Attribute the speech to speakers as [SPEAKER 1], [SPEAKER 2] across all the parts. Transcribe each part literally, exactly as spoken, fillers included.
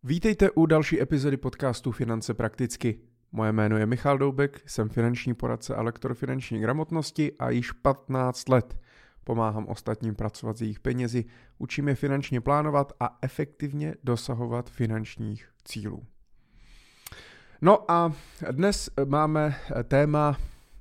[SPEAKER 1] Vítejte u další epizody podcastu Finance prakticky. Moje jméno je Michal Doubek, jsem finanční poradce a lektor finanční gramotnosti a již patnáct let pomáhám ostatním pracovat s jejich penězi, učím je finančně plánovat a efektivně dosahovat finančních cílů. No a dnes máme téma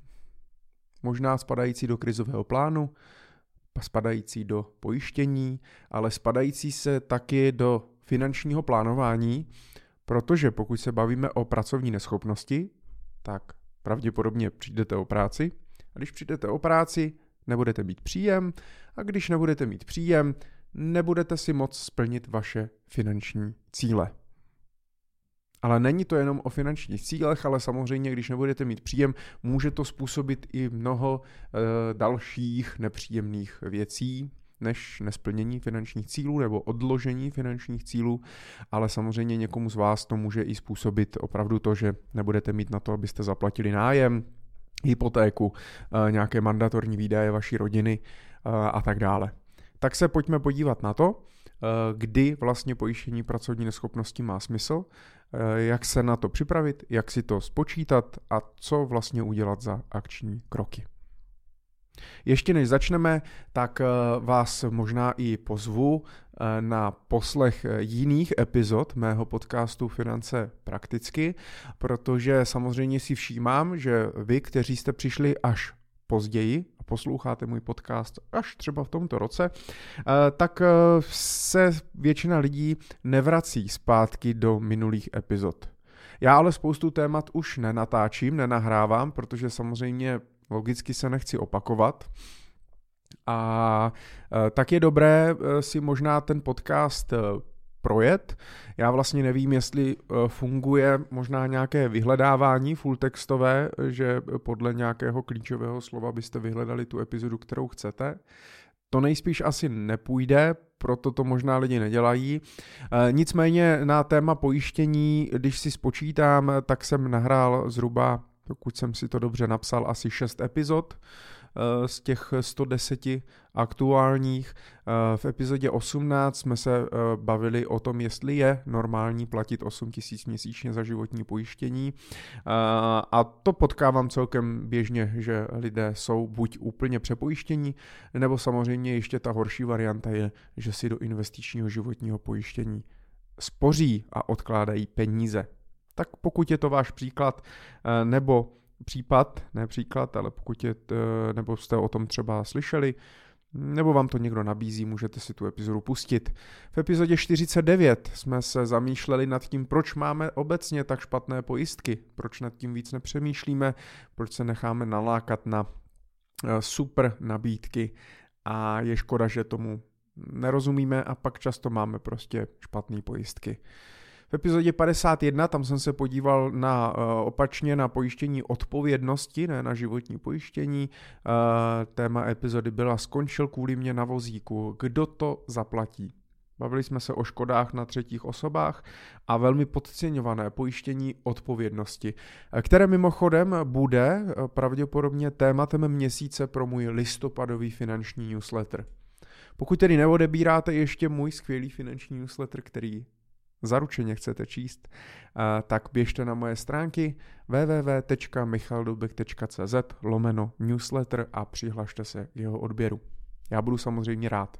[SPEAKER 1] možná spadající do krizového plánu, spadající do pojištění, ale spadající se taky do finančního plánování, protože pokud se bavíme o pracovní neschopnosti, tak pravděpodobně přijdete o práci. A když přijdete o práci, nebudete mít příjem a když nebudete mít příjem, nebudete si moct splnit vaše finanční cíle. Ale není to jenom o finančních cílech, ale samozřejmě, když nebudete mít příjem, může to způsobit i mnoho e, dalších nepříjemných věcí, než nesplnění finančních cílů nebo odložení finančních cílů, ale samozřejmě někomu z vás to může i způsobit opravdu to, že nebudete mít na to, abyste zaplatili nájem, hypotéku, e, nějaké mandatorní výdaje vaší rodiny e, a tak dále. Tak se pojďme podívat na to, kdy vlastně pojištění pracovní neschopnosti má smysl, jak se na to připravit, jak si to spočítat a co vlastně udělat za akční kroky. Ještě než začneme, tak vás možná i pozvu na poslech jiných epizod mého podcastu Finance prakticky, protože samozřejmě si všímám, že vy, kteří jste přišli až později a posloucháte můj podcast až třeba v tomto roce, tak se většina lidí nevrací zpátky do minulých epizod. Já ale spoustu témat už nenatáčím, nenahrávám, protože samozřejmě logicky se nechci opakovat. A tak je dobré si možná ten podcast projet. Já vlastně nevím, jestli funguje možná nějaké vyhledávání full textové, že podle nějakého klíčového slova byste vyhledali tu epizodu, kterou chcete. To nejspíš asi nepůjde, proto to možná lidi nedělají. Nicméně na téma pojištění, když si spočítám, tak jsem nahrál zhruba, pokud jsem si to dobře napsal, asi šest epizod z těch sto deset aktuálních. V epizodě osmnáct jsme se bavili o tom, jestli je normální platit osm tisíc měsíčně za životní pojištění. A to potkávám celkem běžně, že lidé jsou buď úplně přepojištění, nebo samozřejmě ještě ta horší varianta je, že si do investičního životního pojištění spoří a odkládají peníze. Tak pokud je to váš příklad, nebo případ, ne příklad, ale pokud je, nebo jste o tom třeba slyšeli, nebo vám to někdo nabízí, můžete si tu epizodu pustit. V epizodě čtyřicet devět jsme se zamýšleli nad tím, proč máme obecně tak špatné pojistky, proč nad tím víc nepřemýšlíme, proč se necháme nalákat na super nabídky a je škoda, že tomu nerozumíme a pak často máme prostě špatné pojistky. V epizodě padesát jedna, tam jsem se podíval na uh, opačně na pojištění odpovědnosti, ne na životní pojištění. Uh, téma epizody byla Skončil kvůli mě na vozíku. Kdo to zaplatí? Bavili jsme se o škodách na třetích osobách a velmi podceňované pojištění odpovědnosti, které mimochodem bude pravděpodobně tématem měsíce pro můj listopadový finanční newsletter. Pokud tedy neodebíráte ještě můj skvělý finanční newsletter, který zaručeně chcete číst, tak běžte na moje stránky w w w tečka michaldoubek tečka c z lomeno newsletter a přihlašte se k jeho odběru. Já budu samozřejmě rád.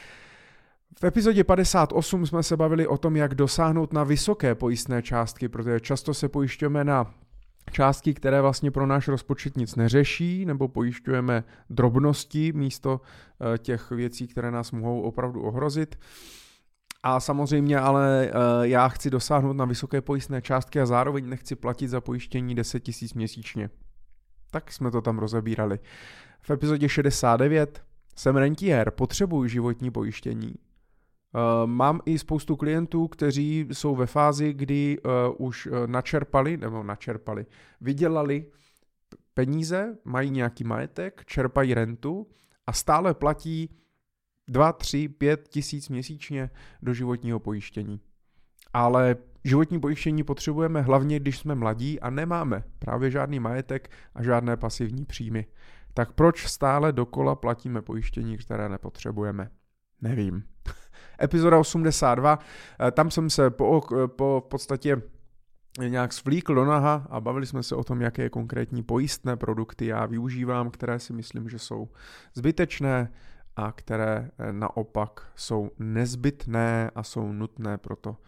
[SPEAKER 1] V epizodě padesát osm jsme se bavili o tom, jak dosáhnout na vysoké pojistné částky, protože často se pojišťujeme na částky, které vlastně pro náš rozpočet nic neřeší, nebo pojišťujeme drobnosti místo těch věcí, které nás mohou opravdu ohrozit. A samozřejmě ale já chci dosáhnout na vysoké pojistné částky a zároveň nechci platit za pojištění deset tisíc měsíčně. Tak jsme to tam rozebírali. V epizodě šedesát devět jsem rentiér, potřebuji životní pojištění. Mám i spoustu klientů, kteří jsou ve fázi, kdy už načerpali, nebo načerpali, vydělali peníze, mají nějaký majetek, čerpají rentu a stále platí dva, tři, pět tisíc měsíčně do životního pojištění. Ale životní pojištění potřebujeme hlavně, když jsme mladí a nemáme právě žádný majetek a žádné pasivní příjmy. Tak proč stále dokola platíme pojištění, které nepotřebujeme? Nevím. Epizoda osmdesát dva, tam jsem se po, po v podstatě nějak svlíkl do naha a bavili jsme se o tom, jaké konkrétní pojistné produkty já využívám, které si myslím, že jsou zbytečné a které naopak jsou nezbytné a jsou nutné pro to,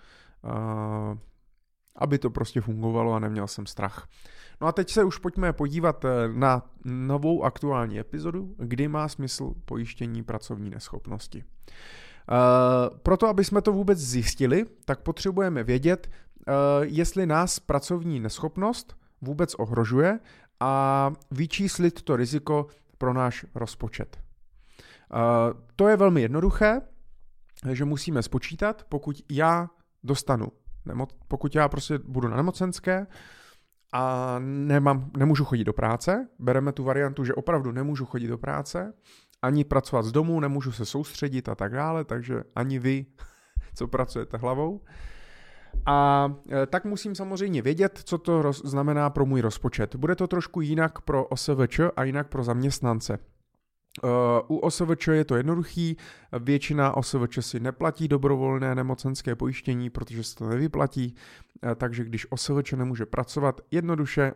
[SPEAKER 1] aby to prostě fungovalo a neměl jsem strach. No a teď se už pojďme podívat na novou aktuální epizodu, kdy má smysl pojištění pracovní neschopnosti. Uh, proto, aby jsme to vůbec zjistili, tak potřebujeme vědět, uh, jestli nás pracovní neschopnost vůbec ohrožuje a vyčíslit to riziko pro náš rozpočet. Uh, to je velmi jednoduché, že musíme spočítat, pokud já dostanu, nemo- pokud já prostě budu na nemocenské a nemám, nemůžu chodit do práce, bereme tu variantu, že opravdu nemůžu chodit do práce, ani pracovat z domu, nemůžu se soustředit a tak dále, takže ani vy, co pracujete hlavou. A tak musím samozřejmě vědět, co to roz, znamená pro můj rozpočet. Bude to trošku jinak pro O S V Č a jinak pro zaměstnance. Uh, u O S V Č je to jednoduchý, většina O S V Č si neplatí dobrovolné nemocenské pojištění, protože se to nevyplatí, uh, takže když O S V Č nemůže pracovat, jednoduše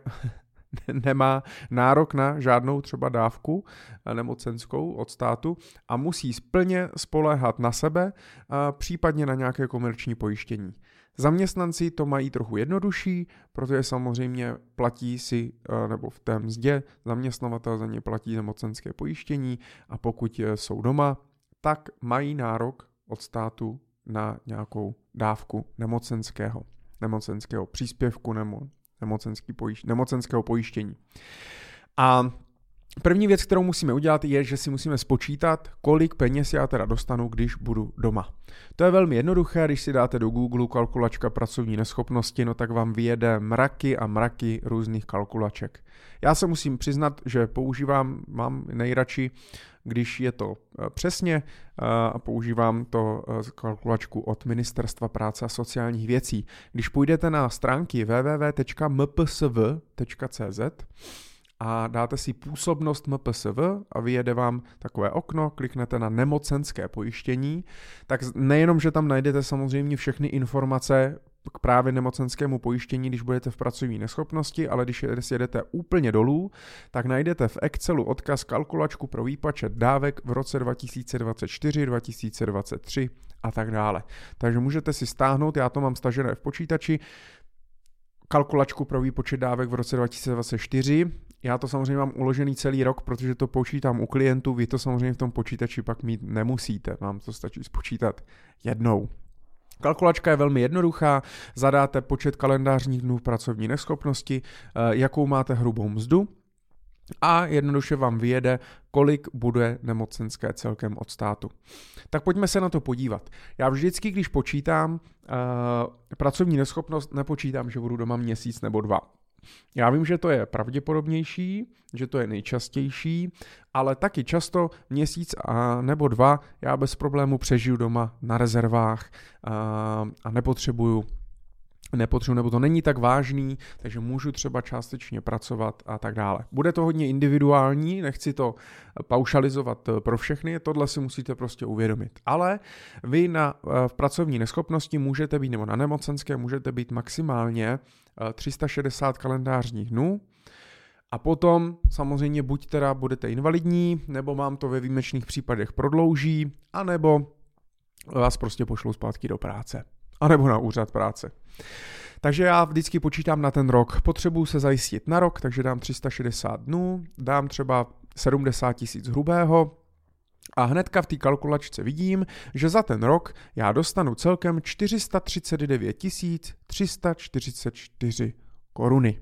[SPEAKER 1] nemá nárok na žádnou třeba dávku nemocenskou od státu a musí plně spoléhat na sebe, a případně na nějaké komerční pojištění. Zaměstnanci to mají trochu jednodušší, protože samozřejmě platí si, nebo v té mzdě zaměstnavatel za ně platí nemocenské pojištění a pokud jsou doma, tak mají nárok od státu na nějakou dávku nemocenského, nemocenského příspěvku nebo nemocenský pojiš- nemocenského pojištění. A první věc, kterou musíme udělat, je, že si musíme spočítat, kolik peněz já teda dostanu, když budu doma. To je velmi jednoduché, když si dáte do Google kalkulačka pracovní neschopnosti, no tak vám vyjede mraky a mraky různých kalkulaček. Já se musím přiznat, že používám, mám nejradši, když je to přesně, a používám to kalkulačku od Ministerstva práce a sociálních věcí. Když půjdete na stránky w w w tečka m p s v tečka c z a dáte si působnost M P S V a vyjede vám takové okno, kliknete na nemocenské pojištění, tak nejenom, že tam najdete samozřejmě všechny informace k právě nemocenskému pojištění, když budete v pracovní neschopnosti, ale když jedete úplně dolů, tak najdete v Excelu odkaz kalkulačku pro výpočet dávek v roce dva tisíce dvacet čtyři, dva tisíce dvacet tři a tak dále. Takže můžete si stáhnout, já to mám stažené v počítači, kalkulačku pro výpočet dávek v roce dva tisíce dvacet čtyři. Já to samozřejmě mám uložený celý rok, protože to počítám u klientů, vy to samozřejmě v tom počítači pak mít nemusíte, vám to stačí spočítat jednou. Kalkulačka je velmi jednoduchá, zadáte počet kalendářních dnů v pracovní neschopnosti, jakou máte hrubou mzdu a jednoduše vám vyjede, kolik bude nemocenské celkem od státu. Tak pojďme se na to podívat. Já vždycky, když počítám uh, pracovní neschopnost, nepočítám, že budu doma měsíc nebo dva. Já vím, že to je pravděpodobnější, že to je nejčastější, ale taky často měsíc a nebo dva já bez problému přežiju doma na rezervách a, a nepotřebuju, nepotřebuju, nebo to není tak vážný, takže můžu třeba částečně pracovat a tak dále. Bude to hodně individuální, nechci to paušalizovat pro všechny, tohle si musíte prostě uvědomit. Ale vy na, v pracovní neschopnosti můžete být, nebo na nemocenské můžete být maximálně tři sta šedesát kalendářních dnů a potom samozřejmě buď teda budete invalidní, nebo vám to ve výjimečných případech prodlouží, anebo vás prostě pošlou zpátky do práce, anebo na úřad práce. Takže já vždycky počítám na ten rok. Potřebuji se zajistit na rok, takže dám tři sta šedesát dnů, dám třeba sedmdesát tisíc hrubého a hnedka v té kalkulačce vidím, že za ten rok já dostanu celkem čtyři sta třicet devět tisíc tři sta čtyřicet čtyři koruny.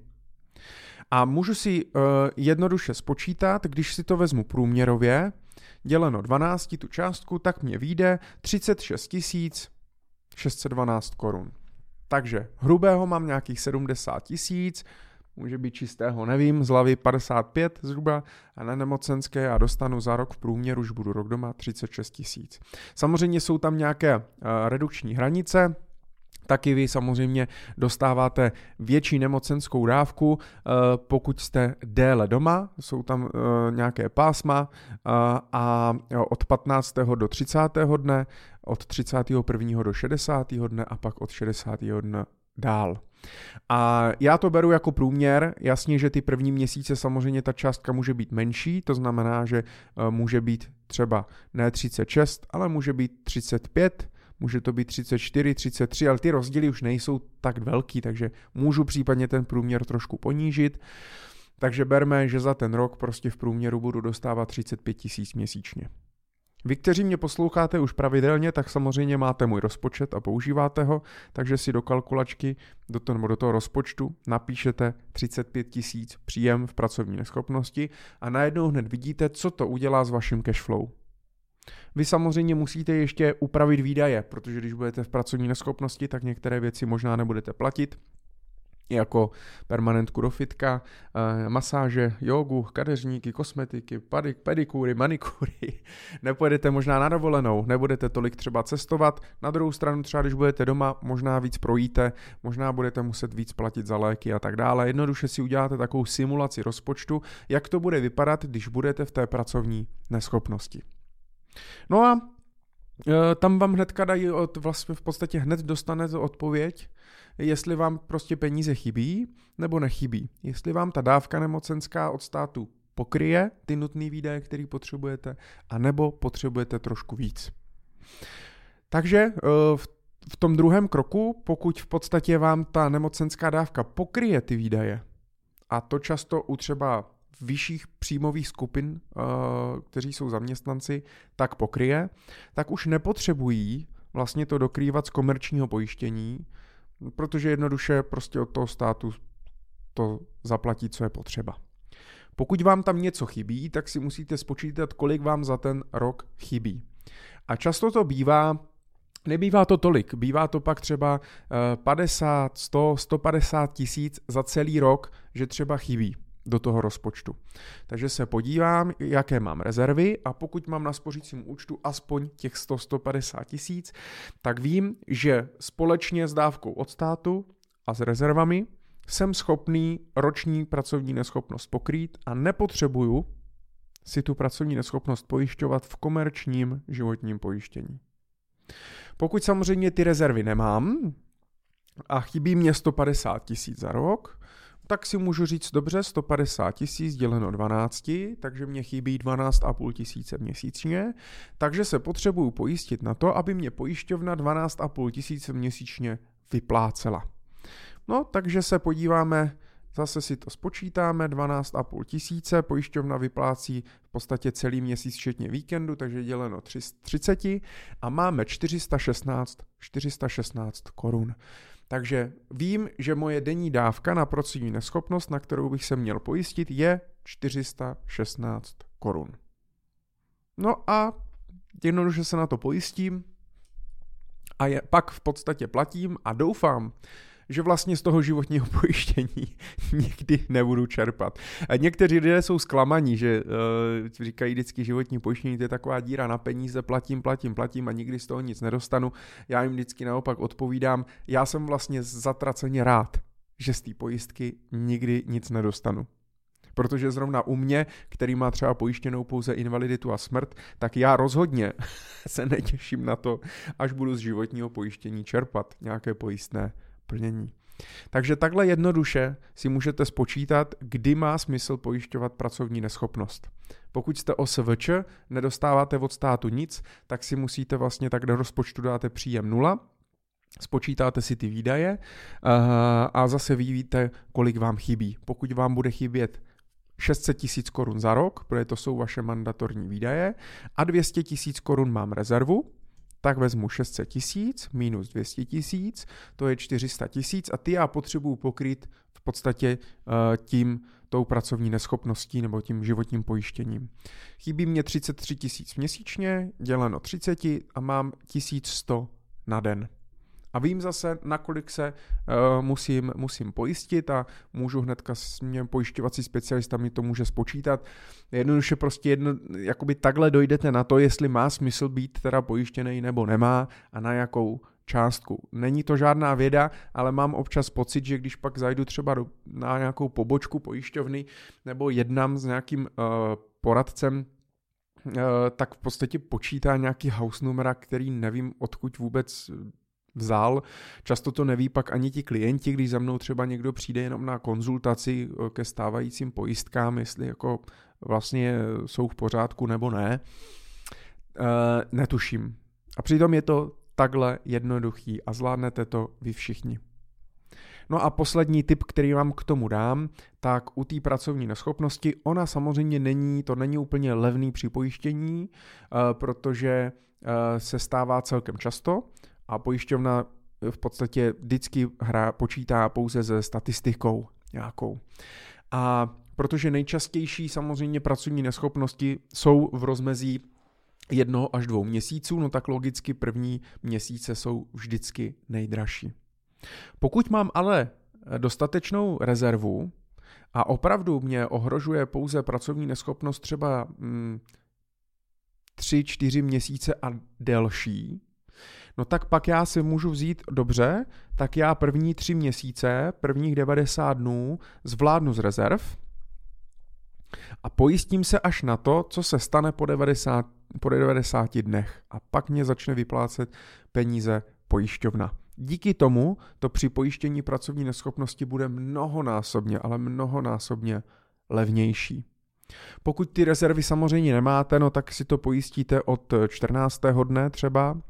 [SPEAKER 1] A můžu si uh, jednoduše spočítat, když si to vezmu průměrově, děleno dvanáct tu částku, tak mě vyjde třicet šest tisíc šest set dvanáct korun. Takže hrubého mám nějakých sedmdesát tisíc, může být čistého, nevím, z hlavy padesát pět zhruba a na nemocenské já dostanu za rok v průměru, už budu rok doma, třicet šest tisíc. Samozřejmě jsou tam nějaké uh, redukční hranice, taky vy samozřejmě dostáváte větší nemocenskou dávku, pokud jste déle doma, jsou tam nějaké pásma a od patnáctého do třicátého dne, od třicátého prvního do šedesátého dne a pak od šedesátého dne dál. A já to beru jako průměr, jasně, že ty první měsíce samozřejmě ta částka může být menší, to znamená, že může být třeba ne třicet šest, ale může být třicet pět, může to být třicet čtyři, třicet tři, ale ty rozdíly už nejsou tak velký, takže můžu případně ten průměr trošku ponížit. Takže berme, že za ten rok prostě v průměru budu dostávat třicet pět tisíc měsíčně. Vy, kteří mě posloucháte už pravidelně, tak samozřejmě máte můj rozpočet a používáte ho, takže si do kalkulačky, do toho, nebo do toho rozpočtu napíšete třicet pět tisíc příjem v pracovní neschopnosti a najednou hned vidíte, co to udělá s vaším cashflow. Vy samozřejmě musíte ještě upravit výdaje, protože když budete v pracovní neschopnosti, tak některé věci možná nebudete platit, jako permanentku do fitka, masáže, jogu, kadeřníky, kosmetiky, padik, pedikury, manikury. Nepojedete možná na dovolenou, nebudete tolik třeba cestovat. Na druhou stranu třeba, když budete doma, možná víc projíte, možná budete muset víc platit za léky a tak dále. Jednoduše si uděláte takovou simulaci rozpočtu, jak to bude vypadat, když budete v té pracovní neschopnosti. No a e, tam vám hnedka dají, od, vlastně v podstatě hned dostanete odpověď, jestli vám prostě peníze chybí nebo nechybí. Jestli vám ta dávka nemocenská od státu pokryje ty nutné výdaje, které potřebujete, anebo potřebujete trošku víc. Takže e, v, v tom druhém kroku, pokud v podstatě vám ta nemocenská dávka pokryje ty výdaje, a to často u třeba vyšších příjmových skupin, kteří jsou zaměstnanci, tak pokryje, tak už nepotřebují vlastně to dokrývat z komerčního pojištění, protože jednoduše prostě od toho státu to zaplatí, co je potřeba. Pokud vám tam něco chybí, tak si musíte spočítat, kolik vám za ten rok chybí. A často to bývá, nebývá to tolik, bývá to pak třeba padesát, sto, sto padesát tisíc za celý rok, že třeba chybí do toho rozpočtu. Takže se podívám, jaké mám rezervy a pokud mám na spořícím účtu aspoň těch sto až sto padesát tisíc, tak vím, že společně s dávkou od státu a s rezervami jsem schopný roční pracovní neschopnost pokrýt a nepotřebuju si tu pracovní neschopnost pojišťovat v komerčním životním pojištění. Pokud samozřejmě ty rezervy nemám a chybí mě sto padesát tisíc za rok, tak si můžu říct, dobře, sto padesát tisíc děleno dvanácti, takže mě chybí dvanáct a půl tisíce měsíčně, takže se potřebuju pojistit na to, aby mě pojišťovna dvanáct a půl tisíce měsíčně vyplácela. No, takže se podíváme, zase si to spočítáme, dvanáct a půl tisíce, pojišťovna vyplácí v podstatě celý měsíc včetně víkendu, takže děleno třicet a máme čtyři sta šestnáct korun. Takže vím, že moje denní dávka na pracovní neschopnost, na kterou bych se měl pojistit, je čtyři sta šestnáct korun. No a jednoduše se na to pojistím a je, pak v podstatě platím a doufám, že vlastně z toho životního pojištění nikdy nebudu čerpat. A někteří lidé jsou zklamaní, že uh, říkají vždycky životní pojištění, to je taková díra na peníze, platím, platím, platím a nikdy z toho nic nedostanu. Já jim vždycky naopak odpovídám, já jsem vlastně zatraceně rád, že z té pojistky nikdy nic nedostanu. Protože zrovna u mě, který má třeba pojištěnou pouze invaliditu a smrt, tak já rozhodně se netěším na to, až budu z životního pojištění čerpat nějaké pojistné plnění. Takže takhle jednoduše si můžete spočítat, kdy má smysl pojišťovat pracovní neschopnost. Pokud jste O S V Č, nedostáváte od státu nic, tak si musíte vlastně tak do rozpočtu dáte příjem nula, spočítáte si ty výdaje a zase ví, víte, kolik vám chybí. Pokud vám bude chybět šest set tisíc korun za rok, protože to jsou vaše mandatorní výdaje, a dvě stě tisíc korun mám rezervu, tak vezmu šest set tisíc minus dvě stě tisíc, to je čtyři sta tisíc a ty já potřebuju pokrýt v podstatě uh, tím, tou pracovní neschopností nebo tím životním pojištěním. Chybí mě třicet tři tisíc měsíčně, děleno třicet a mám tisíc sto na den. A vím zase, nakolik se uh, musím, musím pojistit a můžu hnedka s mě pojišťovací specialista mi to může spočítat. Jednoduše prostě jedno, jakoby takhle dojdete na to, jestli má smysl být teda pojištěný nebo nemá a na jakou částku. Není to žádná věda, ale mám občas pocit, že když pak zajdu třeba do, na nějakou pobočku pojišťovny nebo jednám s nějakým uh, poradcem, uh, tak v podstatě počítá nějaký house numera, který nevím odkud vůbec vzal. Často to neví pak ani ti klienti, když za mnou třeba někdo přijde jenom na konzultaci ke stávajícím pojistkám, jestli jako vlastně jsou v pořádku nebo ne. Uh, netuším. A přitom je to takhle jednoduchý a zvládnete to vy všichni. No a poslední tip, který vám k tomu dám, tak u té pracovní neschopnosti, ona samozřejmě není, to není úplně levný připojištění, uh, protože uh, se stává celkem často a pojišťovna v podstatě vždycky hra, počítá pouze se statistikou nějakou. A protože nejčastější samozřejmě pracovní neschopnosti jsou v rozmezí jednoho až dvou měsíců, no tak logicky první měsíce jsou vždycky nejdražší. Pokud mám ale dostatečnou rezervu a opravdu mě ohrožuje pouze pracovní neschopnost třeba mm, tři, čtyři měsíce a delší, no tak pak já si můžu vzít dobře, tak já první tři měsíce, prvních devadesát dnů zvládnu z rezerv a pojistím se až na to, co se stane po, devadesát, po devadesáti dnech a pak mě začne vyplácet peníze pojišťovna. Díky tomu to při pojištění pracovní neschopnosti bude mnohonásobně, ale mnohonásobně levnější. Pokud ty rezervy samozřejmě nemáte, no tak si to pojistíte od čtrnáctého dne třeba,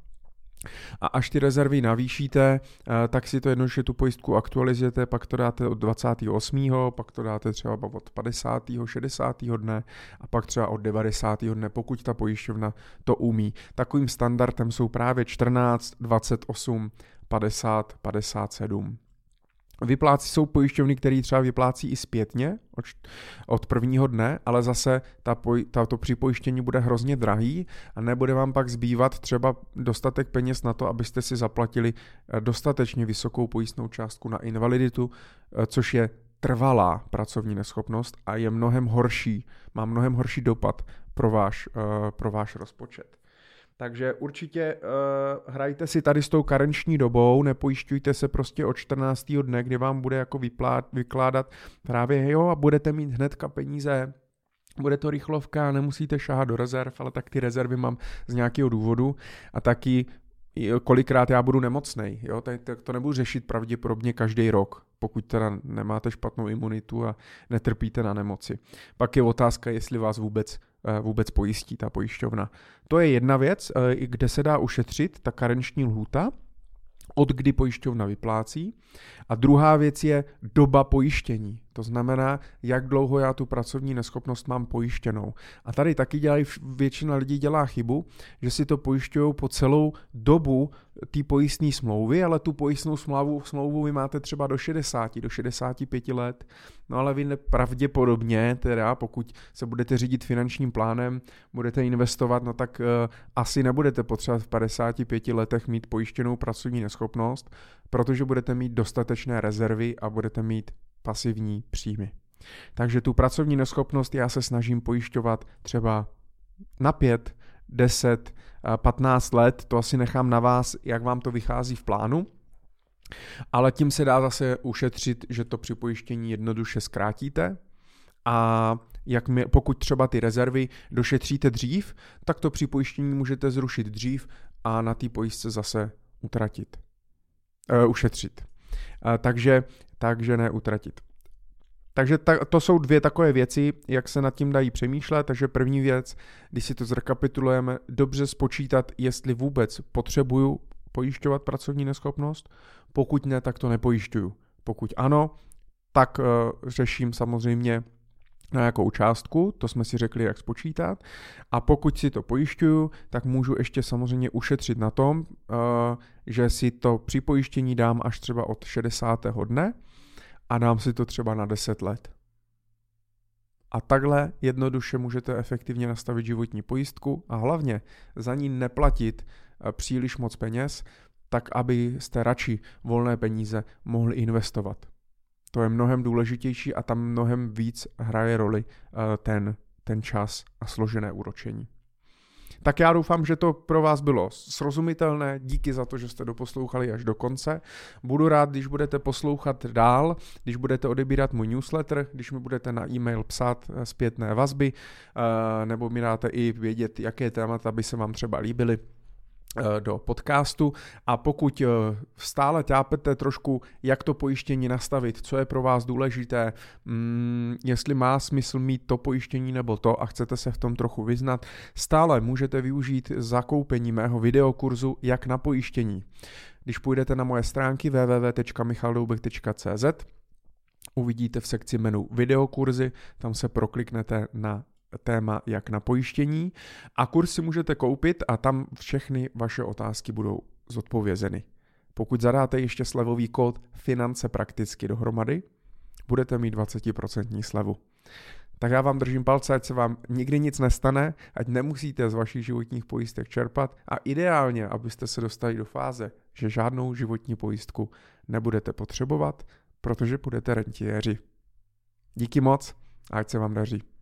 [SPEAKER 1] a až ty rezervy navýšíte, tak si to jednoduše tu pojistku aktualizujete, pak to dáte od dvacátého osmého pak to dáte třeba od padesátého šedesátého dne a pak třeba od devadesátého dne, pokud ta pojišťovna to umí. Takovým standardem jsou právě čtrnáct, dvacet osm, padesát, padesát sedm. Vyplácí jsou pojišťovny, které třeba vyplácí i zpětně od, od prvního dne, ale zase ta poj, ta, to připojištění bude hrozně drahý a nebude vám pak zbývat třeba dostatek peněz na to, abyste si zaplatili dostatečně vysokou pojistnou částku na invaliditu, což je trvalá pracovní neschopnost a je mnohem horší, má mnohem horší dopad pro váš, pro váš rozpočet. Takže určitě uh, hrajte si tady s tou karenční dobou, nepojišťujte se prostě od čtrnáctého dne, kdy vám bude jako vyplát, vykládat právě jo a budete mít hnedka peníze, bude to rychlovka, nemusíte šáhat do rezerv, ale tak ty rezervy mám z nějakého důvodu a taky kolikrát já budu nemocnej, jo, tak to nebudu řešit pravděpodobně každý rok, pokud teda nemáte špatnou imunitu a netrpíte na nemoci. Pak je otázka, jestli vás vůbec, vůbec pojistí ta pojišťovna. To je jedna věc, kde se dá ušetřit, ta karenční lhůta, od kdy pojišťovna vyplácí. A druhá věc je doba pojištění. To znamená, jak dlouho já tu pracovní neschopnost mám pojištěnou. A tady taky dělají, většina lidí dělá chybu, že si to pojišťují po celou dobu té pojistné smlouvy, ale tu pojistnou smlouvu, smlouvu vy máte třeba do šedesáti, do šedesáti pěti let. No ale vy pravděpodobně, teda pokud se budete řídit finančním plánem, budete investovat, no tak uh, asi nebudete potřebovat v padesáti pěti letech mít pojištěnou pracovní neschopnost, protože budete mít dostatečné rezervy a budete mít pasivní příjmy. Takže tu pracovní neschopnost já se snažím pojišťovat třeba na pět, deset, patnáct let, to asi nechám na vás, jak vám to vychází v plánu, ale tím se dá zase ušetřit, že to připojištění jednoduše zkrátíte a jak mi, pokud třeba ty rezervy došetříte dřív, tak to připojištění můžete zrušit dřív a na té pojistce zase utratit. Uh, ušetřit. Uh, takže, takže ne utratit. Takže ta, to jsou dvě takové věci, jak se nad tím dají přemýšlet. Takže první věc, když si to zrekapitulujeme, dobře spočítat, jestli vůbec potřebuju pojišťovat pracovní neschopnost. Pokud ne, tak to nepojišťuju. Pokud ano, tak uh, řeším samozřejmě na jakou částku, to jsme si řekli, jak spočítat. A pokud si to pojišťuju, tak můžu ještě samozřejmě ušetřit na tom, uh, že si to připojištění dám až třeba od šedesátého dne a dám si to třeba na deset let. A takhle jednoduše můžete efektivně nastavit životní pojistku a hlavně za ní neplatit uh, příliš moc peněz, tak abyste radši volné peníze mohli investovat. To je mnohem důležitější a tam mnohem víc hraje roli ten, ten čas a složené úročení. Tak já doufám, že to pro vás bylo srozumitelné, díky za to, že jste doposlouchali až do konce. Budu rád, když budete poslouchat dál, když budete odebírat můj newsletter, když mi budete na e-mail psát zpětné vazby, nebo mi dáte i vědět, jaké témata by se vám třeba líbily do podcastu. A pokud stále tápete trošku, jak to pojištění nastavit, co je pro vás důležité, mm, jestli má smysl mít to pojištění nebo to a chcete se v tom trochu vyznat, stále můžete využít zakoupení mého videokurzu Jak na pojištění. Když půjdete na moje stránky w w w tečka michal doubek tečka c z, uvidíte v sekci menu videokurzy, tam se prokliknete na téma Jak na pojištění a kurz si můžete koupit a tam všechny vaše otázky budou zodpovězeny. Pokud zadáte ještě slevový kód Finance prakticky dohromady, budete mít dvacet procent slevu. Tak já vám držím palce, ať se vám nikdy nic nestane, ať nemusíte z vašich životních pojistek čerpat a ideálně, abyste se dostali do fáze, že žádnou životní pojistku nebudete potřebovat, protože budete rentiéři. Díky moc a ať se vám daří.